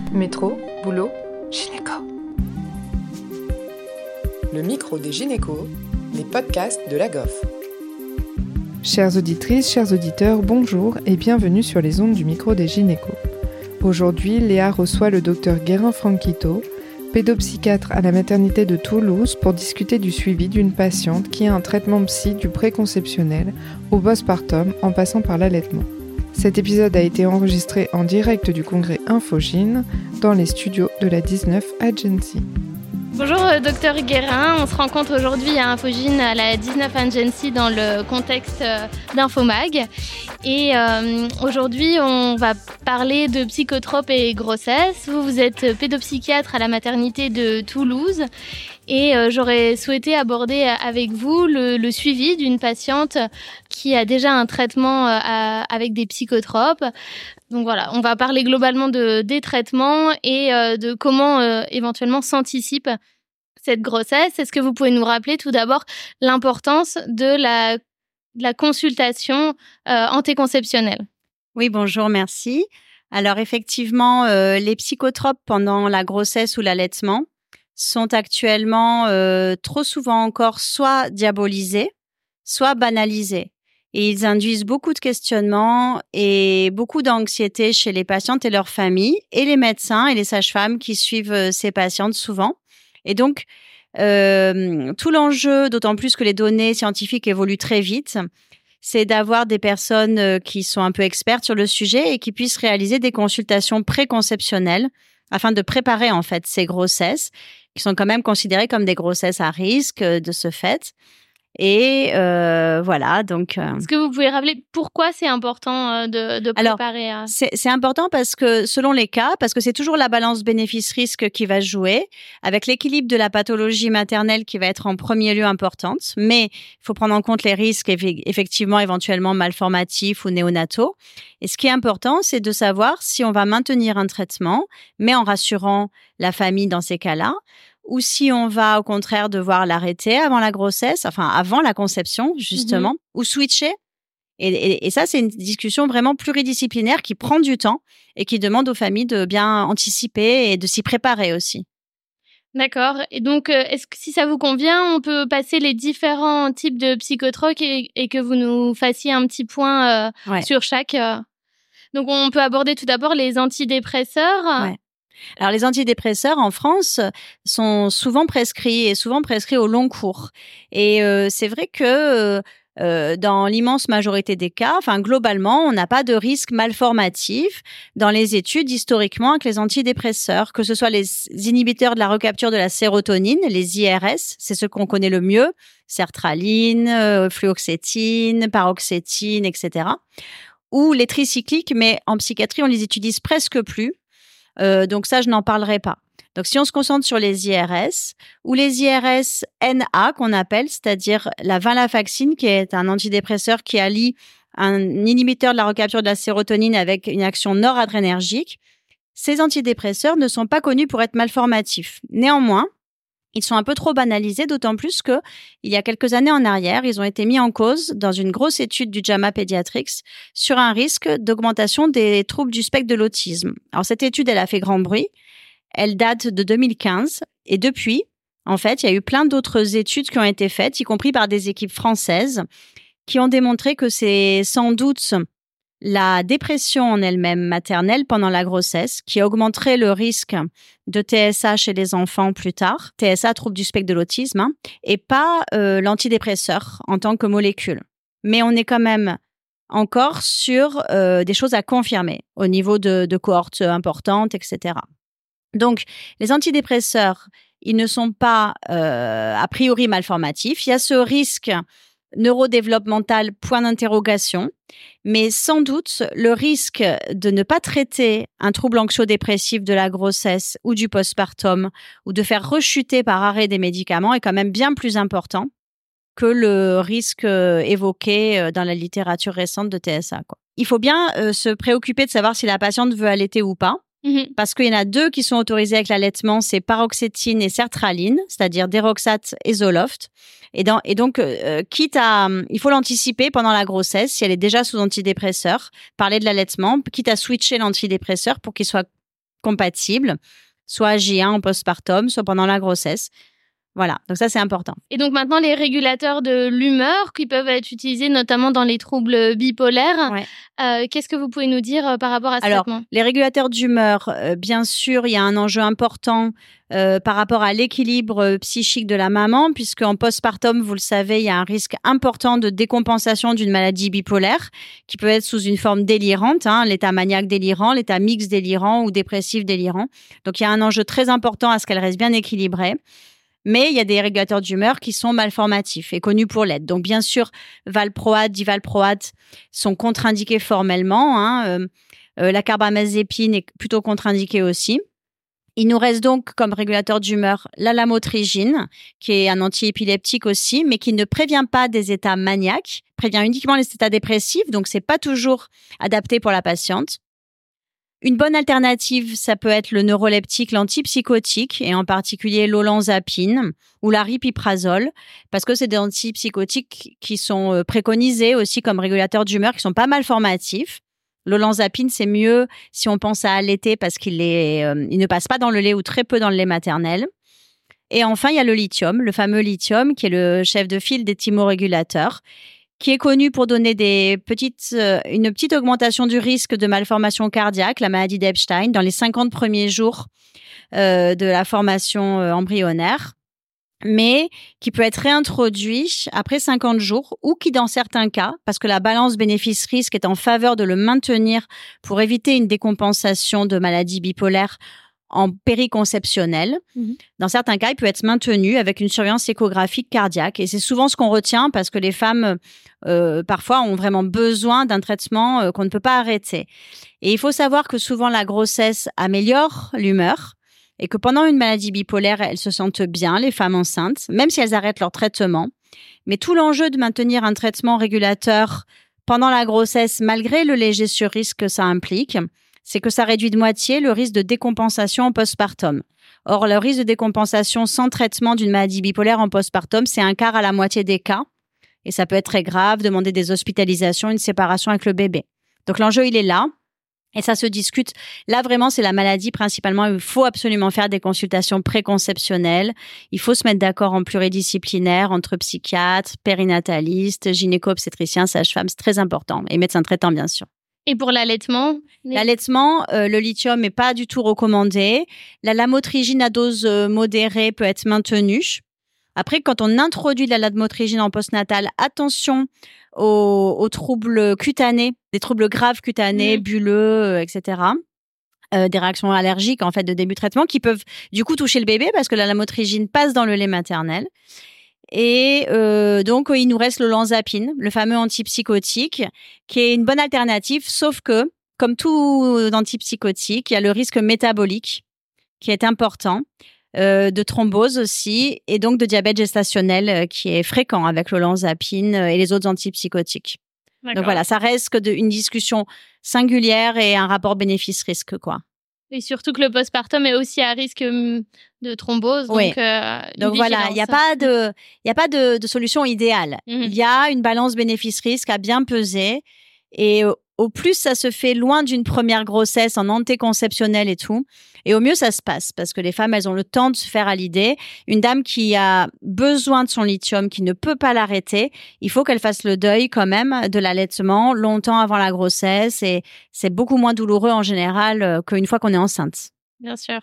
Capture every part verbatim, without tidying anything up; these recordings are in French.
Métro, boulot, gynéco. Le micro des gynécos, les podcasts de la G O F. Chères auditrices, chers auditeurs, bonjour et bienvenue sur les ondes du micro des gynécos. Aujourd'hui, Léa reçoit le docteur Guérin Franquito, pédopsychiatre à la maternité de Toulouse, pour discuter du suivi d'une patiente qui a un traitement psy du préconceptionnel au postpartum en passant par l'allaitement. Cet épisode a été enregistré en direct du congrès Infogyn dans les studios de la dix-neuf Agency. Bonjour docteur Guérin, on se rencontre aujourd'hui à Infogyn à la dix-neuf Agency dans le contexte d'Infomag. Et euh, aujourd'hui on va parler de psychotropes et grossesse. Vous, vous êtes pédopsychiatre à la maternité de Toulouse. Et euh, j'aurais souhaité aborder avec vous le, le suivi d'une patiente qui a déjà un traitement euh, à, avec des psychotropes. Donc voilà, on va parler globalement de, des traitements et euh, de comment euh, éventuellement s'anticipe cette grossesse. Est-ce que vous pouvez nous rappeler tout d'abord l'importance de la, de la consultation euh, antéconceptionnelle ? Oui, bonjour, merci. Alors effectivement, euh, les psychotropes pendant la grossesse ou l'allaitement sont actuellement euh, trop souvent encore soit diabolisés, soit banalisés. Et ils induisent beaucoup de questionnements et beaucoup d'anxiété chez les patientes et leurs familles, et les médecins et les sages-femmes qui suivent ces patientes souvent. Et donc, euh, tout l'enjeu, d'autant plus que les données scientifiques évoluent très vite, c'est d'avoir des personnes qui sont un peu expertes sur le sujet et qui puissent réaliser des consultations préconceptionnelles afin de préparer en fait ces grossesses qui sont quand même considérées comme des grossesses à risque de ce fait. Et euh, voilà, donc... Euh... Est-ce que vous pouvez rappeler pourquoi c'est important de, de préparer Alors, à... c'est, c'est important parce que, selon les cas, parce que c'est toujours la balance bénéfice-risque qui va jouer, avec l'équilibre de la pathologie maternelle qui va être en premier lieu importante, mais il faut prendre en compte les risques effectivement éventuellement malformatifs ou néonataux. Et ce qui est important, c'est de savoir si on va maintenir un traitement, mais en rassurant la famille dans ces cas-là, ou si on va au contraire devoir l'arrêter avant la grossesse, enfin avant la conception justement, mmh. ou switcher. Et, et, et ça, c'est une discussion vraiment pluridisciplinaire qui prend du temps et qui demande aux familles de bien anticiper et de s'y préparer aussi. D'accord. Et donc, est-ce que si ça vous convient, on peut passer les différents types de psychotropes et, et que vous nous fassiez un petit point euh, ouais. sur chaque. Euh... Donc, on peut aborder tout d'abord les antidépresseurs. Ouais. Alors, les antidépresseurs en France sont souvent prescrits et souvent prescrits au long cours. Et euh, c'est vrai que euh, dans l'immense majorité des cas, enfin globalement, on n'a pas de risque malformatif dans les études historiquement avec les antidépresseurs, que ce soit les inhibiteurs de la recapture de la sérotonine, les I R S, c'est ceux qu'on connaît le mieux, sertraline, euh, fluoxétine, paroxétine, et cetera, ou les tricycliques, mais en psychiatrie, on les utilise presque plus. Euh, donc ça, je n'en parlerai pas. Donc si on se concentre sur les I R S ou les I R S N A qu'on appelle, c'est-à-dire la venlafaxine, qui est un antidépresseur qui allie un inhibiteur de la recapture de la sérotonine avec une action noradrénergique, ces antidépresseurs ne sont pas connus pour être malformatifs. Néanmoins, ils sont un peu trop banalisés, d'autant plus que, il y a quelques années en arrière, ils ont été mis en cause dans une grosse étude du JAMA Pediatrics sur un risque d'augmentation des troubles du spectre de l'autisme. Alors, cette étude, elle a fait grand bruit. Elle date de deux mille quinze. Et depuis, en fait, il y a eu plein d'autres études qui ont été faites, y compris par des équipes françaises, qui ont démontré que c'est sans doute la dépression en elle-même maternelle pendant la grossesse qui augmenterait le risque de T S A chez les enfants plus tard, T S A, trouble du spectre de l'autisme, hein, et pas euh, l'antidépresseur en tant que molécule. Mais on est quand même encore sur euh, des choses à confirmer au niveau de, de cohortes importantes, et cetera. Donc, les antidépresseurs, ils ne sont pas euh, a priori malformatifs. Il y a ce risque neurodéveloppemental, point d'interrogation, mais sans doute le risque de ne pas traiter un trouble anxio-dépressif de la grossesse ou du postpartum ou de faire rechuter par arrêt des médicaments est quand même bien plus important que le risque évoqué dans la littérature récente de T S A, quoi. Il faut bien euh, se préoccuper de savoir si la patiente veut allaiter ou pas. Mmh. Parce qu'il y en a deux qui sont autorisés avec l'allaitement, c'est paroxétine et sertraline, c'est-à-dire Deroxate et Zoloft. Et, dans, et donc, euh, quitte à, il faut l'anticiper pendant la grossesse, si elle est déjà sous antidépresseur, parler de l'allaitement, quitte à switcher l'antidépresseur pour qu'il soit compatibles, soit J un en postpartum, soit pendant la grossesse. Voilà, donc ça c'est important. Et donc maintenant, les régulateurs de l'humeur qui peuvent être utilisés notamment dans les troubles bipolaires, Ouais. euh, qu'est-ce que vous pouvez nous dire euh, par rapport à ce Alors, traitement ? les régulateurs d'humeur, euh, bien sûr, il y a un enjeu important euh, par rapport à l'équilibre euh, psychique de la maman, puisque en postpartum, vous le savez, il y a un risque important de décompensation d'une maladie bipolaire qui peut être sous une forme délirante, hein, l'état maniaque délirant, l'état mixte délirant ou dépressif délirant. Donc, il y a un enjeu très important à ce qu'elle reste bien équilibrée. Mais il y a des régulateurs d'humeur qui sont malformatifs et connus pour l'être. Donc, bien sûr, valproate, divalproate sont contre-indiqués formellement. Hein. Euh, euh, la carbamazépine est plutôt contre-indiquée aussi. Il nous reste donc comme régulateur d'humeur la lamotrigine, qui est un antiépileptique aussi, mais qui ne prévient pas des états maniaques, prévient uniquement les états dépressifs, donc c'est pas toujours adapté pour la patiente. Une bonne alternative, ça peut être le neuroleptique, l'antipsychotique, et en particulier l'olanzapine ou l'aripiprazole, parce que c'est des antipsychotiques qui sont préconisés aussi comme régulateurs d'humeur, qui sont pas malformatifs. L'olanzapine, c'est mieux si on pense à allaiter parce qu'il est, euh, il ne passe pas dans le lait ou très peu dans le lait maternel. Et enfin, il y a le lithium, le fameux lithium, qui est le chef de file des thymorégulateurs, qui est connu pour donner des petites, euh, une petite augmentation du risque de malformation cardiaque, la maladie d'Epstein, dans les cinquante premiers jours euh, de la formation euh, embryonnaire, mais qui peut être réintroduit après cinquante jours ou qui, dans certains cas, parce que la balance bénéfice-risque est en faveur de le maintenir pour éviter une décompensation de maladie bipolaire en périconceptionnel. Mmh. Dans certains cas, il peut être maintenu avec une surveillance échographique cardiaque. Et c'est souvent ce qu'on retient parce que les femmes, euh, parfois, ont vraiment besoin d'un traitement euh, qu'on ne peut pas arrêter. Et il faut savoir que souvent, la grossesse améliore l'humeur et que pendant une maladie bipolaire, elles se sentent bien, les femmes enceintes, même si elles arrêtent leur traitement. Mais tout l'enjeu de maintenir un traitement régulateur pendant la grossesse, malgré le léger surrisque que ça implique, c'est que ça réduit de moitié le risque de décompensation en postpartum. Or, le risque de décompensation sans traitement d'une maladie bipolaire en postpartum, c'est un quart à la moitié des cas. Et ça peut être très grave, demander des hospitalisations, une séparation avec le bébé. Donc, l'enjeu, il est là. Et ça se discute. Là, vraiment, c'est la maladie principalement. Il faut absolument faire des consultations préconceptionnelles. Il faut se mettre d'accord en pluridisciplinaire entre psychiatres, périnatalistes, gynéco-obstétriciens, sages-femmes. C'est très important. Et médecins traitants, bien sûr. Et pour l'allaitement les... L'allaitement, euh, le lithium n'est pas du tout recommandé. La lamotrigine à dose euh, modérée peut être maintenue. Après, quand on introduit de la lamotrigine en postnatal, attention aux, aux troubles cutanés, des troubles graves cutanés, mmh. bulleux, euh, et cetera. Euh, des réactions allergiques en fait de début de traitement qui peuvent du coup toucher le bébé parce que la lamotrigine passe dans le lait maternel. Et euh, donc, il nous reste l'olanzapine, le fameux antipsychotique, qui est une bonne alternative, sauf que, comme tout antipsychotique, il y a le risque métabolique qui est important, euh, de thrombose aussi, et donc de diabète gestationnel euh, qui est fréquent avec l'olanzapine et les autres antipsychotiques. D'accord. Donc voilà, ça reste que de, une discussion singulière et un rapport bénéfice-risque, quoi. Et surtout que le postpartum est aussi à risque de thrombose. Oui. Donc, euh, donc voilà, il n'y a pas de, il y a pas de, de solution idéale. Il mm-hmm. y a une balance bénéfice-risque à bien peser. Et au, au plus ça se fait loin d'une première grossesse en antéconceptionnel et tout, et au mieux ça se passe parce que les femmes, elles ont le temps de se faire à l'idée. Une dame qui a besoin de son lithium, qui ne peut pas l'arrêter, il faut qu'elle fasse le deuil quand même de l'allaitement longtemps avant la grossesse et c'est beaucoup moins douloureux en général qu'une fois qu'on est enceinte. Bien sûr.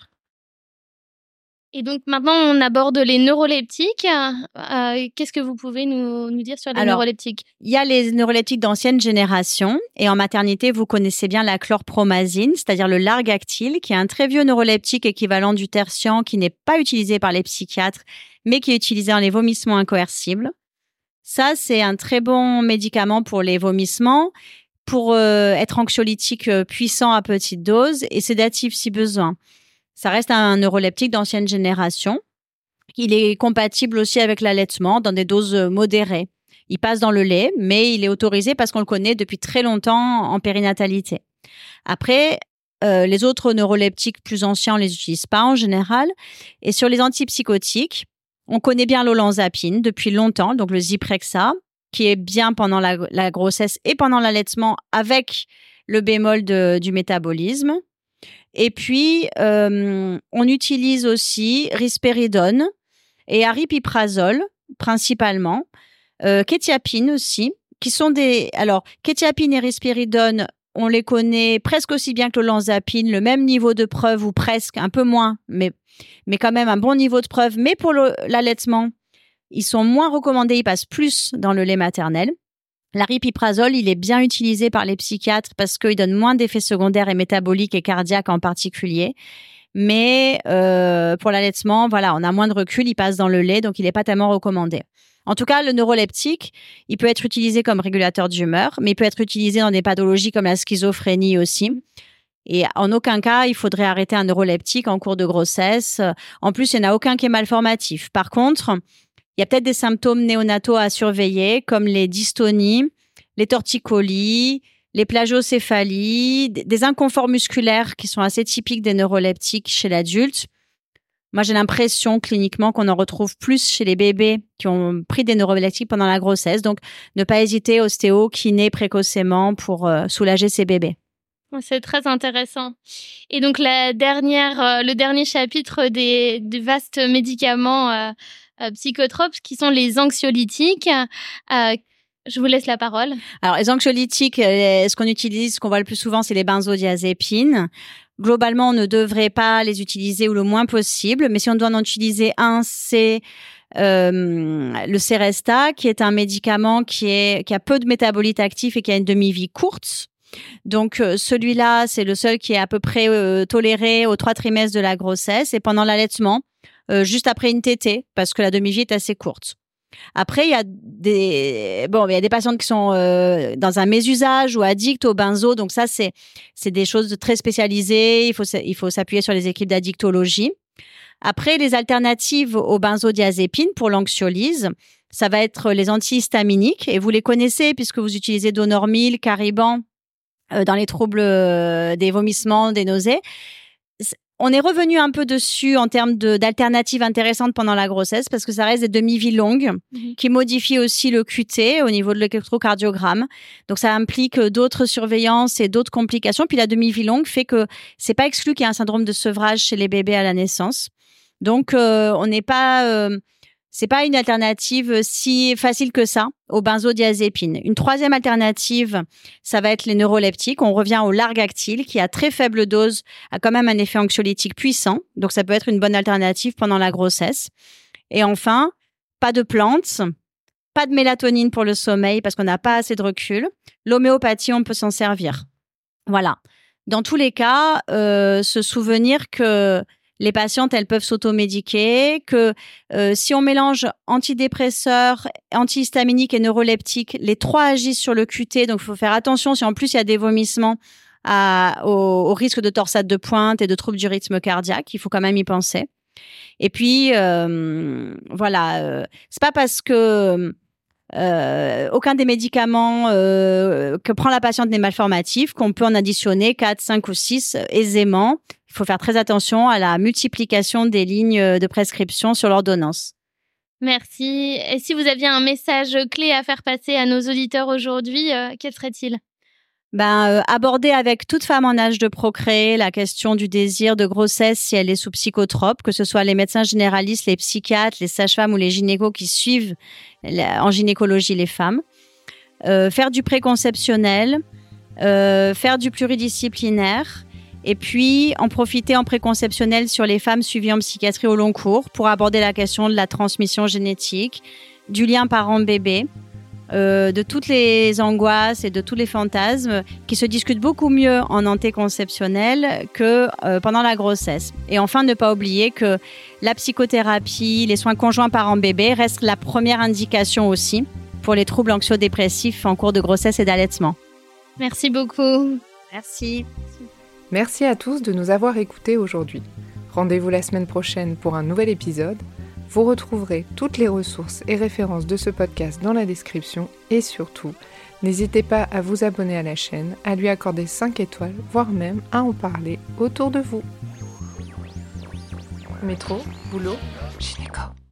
Et donc maintenant, on aborde les neuroleptiques. Euh, qu'est-ce que vous pouvez nous, nous dire sur les Alors, neuroleptiques ? Il y a les neuroleptiques d'ancienne génération. Et en maternité, vous connaissez bien la chlorpromazine, c'est-à-dire le Largactil, qui est un très vieux neuroleptique équivalent du tertian, qui n'est pas utilisé par les psychiatres, mais qui est utilisé dans les vomissements incoercibles. Ça, c'est un très bon médicament pour les vomissements, pour euh, être anxiolytique euh, puissant à petite dose et sédatif si besoin. Ça reste un neuroleptique d'ancienne génération. Il est compatible aussi avec l'allaitement dans des doses modérées. Il passe dans le lait, mais il est autorisé parce qu'on le connaît depuis très longtemps en périnatalité. Après, euh, les autres neuroleptiques plus anciens, on les utilise pas en général. Et sur les antipsychotiques, on connaît bien l'olanzapine depuis longtemps, donc le Zyprexa, qui est bien pendant la, la grossesse et pendant l'allaitement avec le bémol de, du métabolisme. Et puis, euh, on utilise aussi risperidone et aripiprazole, principalement, euh, kétiapine aussi, qui sont des... Alors, kétiapine et risperidone, on les connaît presque aussi bien que l'olanzapine, le même niveau de preuve ou presque, un peu moins, mais, mais quand même un bon niveau de preuve. Mais pour le, l'allaitement, ils sont moins recommandés, ils passent plus dans le lait maternel. L'aripiprazole, il est bien utilisé par les psychiatres parce qu'il donne moins d'effets secondaires et métaboliques et cardiaques en particulier. Mais euh, pour l'allaitement, voilà, on a moins de recul, il passe dans le lait, donc il n'est pas tellement recommandé. En tout cas, le neuroleptique, il peut être utilisé comme régulateur d'humeur, mais il peut être utilisé dans des pathologies comme la schizophrénie aussi. Et en aucun cas, il faudrait arrêter un neuroleptique en cours de grossesse. En plus, il n'y en a aucun qui est malformatif. Par contre, il y a peut-être des symptômes néonataux à surveiller, comme les dystonies, les torticolis, les plagiocéphalies, des inconforts musculaires qui sont assez typiques des neuroleptiques chez l'adulte. Moi, j'ai l'impression cliniquement qu'on en retrouve plus chez les bébés qui ont pris des neuroleptiques pendant la grossesse. Donc, ne pas hésiter, ostéo, kiné précocement pour euh, soulager ces bébés. C'est très intéressant. Et donc, la dernière, euh, le dernier chapitre des, des vastes médicaments euh, euh, psychotropes qui sont les anxiolytiques. Euh, je vous laisse la parole. Alors, les anxiolytiques, euh, ce qu'on utilise, ce qu'on voit le plus souvent, c'est les benzodiazépines. Globalement, on ne devrait pas les utiliser ou le moins possible. Mais si on doit en utiliser un, c'est euh, le Seresta, qui est un médicament qui, est, qui a peu de métabolites actifs et qui a une demi-vie courte. Donc, euh, celui-là, c'est le seul qui est à peu près euh, toléré aux trois trimestres de la grossesse et pendant l'allaitement, euh, juste après une tétée, parce que la demi-vie est assez courte. Après, il y a des bon, il y a des patientes qui sont euh, dans un mésusage ou addicts au benzo, donc ça c'est c'est des choses de très spécialisées. Il faut il faut s'appuyer sur les équipes d'addictologie. Après, les alternatives aux benzodiazépines pour l'anxiolyse, ça va être les antihistaminiques et vous les connaissez puisque vous utilisez Donormil, Cariban euh, dans les troubles euh, des vomissements, des nausées. On est revenu un peu dessus en termes de, d'alternatives intéressantes pendant la grossesse parce que ça reste des demi-vies longues mmh. qui modifient aussi le Q T au niveau de l'électrocardiogramme. Donc, ça implique d'autres surveillances et d'autres complications. Puis, la demi-vie longue fait que c'est pas exclu qu'il y ait un syndrome de sevrage chez les bébés à la naissance. Donc, euh, on n'est pas... Euh, c'est pas une alternative si facile que ça aux benzodiazépines. Une troisième alternative, ça va être les neuroleptiques. On revient au Largactil qui à très faible dose a quand même un effet anxiolytique puissant. Donc ça peut être une bonne alternative pendant la grossesse. Et enfin, pas de plantes, pas de mélatonine pour le sommeil parce qu'on n'a pas assez de recul. L'homéopathie, on peut s'en servir. Voilà. Dans tous les cas, euh, se souvenir que les patientes, elles peuvent s'automédiquer, que euh, si on mélange antidépresseurs, antihistaminiques et neuroleptiques, les trois agissent sur le Q T, donc il faut faire attention si en plus il y a des vomissements à, au, au risque de torsade de pointe et de troubles du rythme cardiaque, il faut quand même y penser. Et puis, euh, voilà, euh, c'est pas parce que euh, aucun des médicaments euh, que prend la patiente n'est malformatif qu'on peut en additionner quatre, cinq ou six aisément. Il faut faire très attention à la multiplication des lignes de prescription sur l'ordonnance. Merci. Et si vous aviez un message clé à faire passer à nos auditeurs aujourd'hui, euh, quel serait-il ? Ben, euh, aborder avec toute femme en âge de procréer la question du désir de grossesse si elle est sous psychotrope, que ce soit les médecins généralistes, les psychiatres, les sages-femmes ou les gynécos qui suivent la, en gynécologie les femmes. Euh, faire du préconceptionnel, euh, faire du pluridisciplinaire. Et puis, en profiter en préconceptionnel sur les femmes suivies en psychiatrie au long cours pour aborder la question de la transmission génétique, du lien parent-bébé, euh, de toutes les angoisses et de tous les fantasmes qui se discutent beaucoup mieux en antéconceptionnel que euh, pendant la grossesse. Et enfin, ne pas oublier que la psychothérapie, les soins conjoints parent-bébé restent la première indication aussi pour les troubles anxio-dépressifs en cours de grossesse et d'allaitement. Merci beaucoup. Merci. Merci à tous de nous avoir écoutés aujourd'hui. Rendez-vous la semaine prochaine pour un nouvel épisode. Vous retrouverez toutes les ressources et références de ce podcast dans la description et surtout, n'hésitez pas à vous abonner à la chaîne, à lui accorder cinq étoiles, voire même à en parler autour de vous. Métro, boulot, gynéco.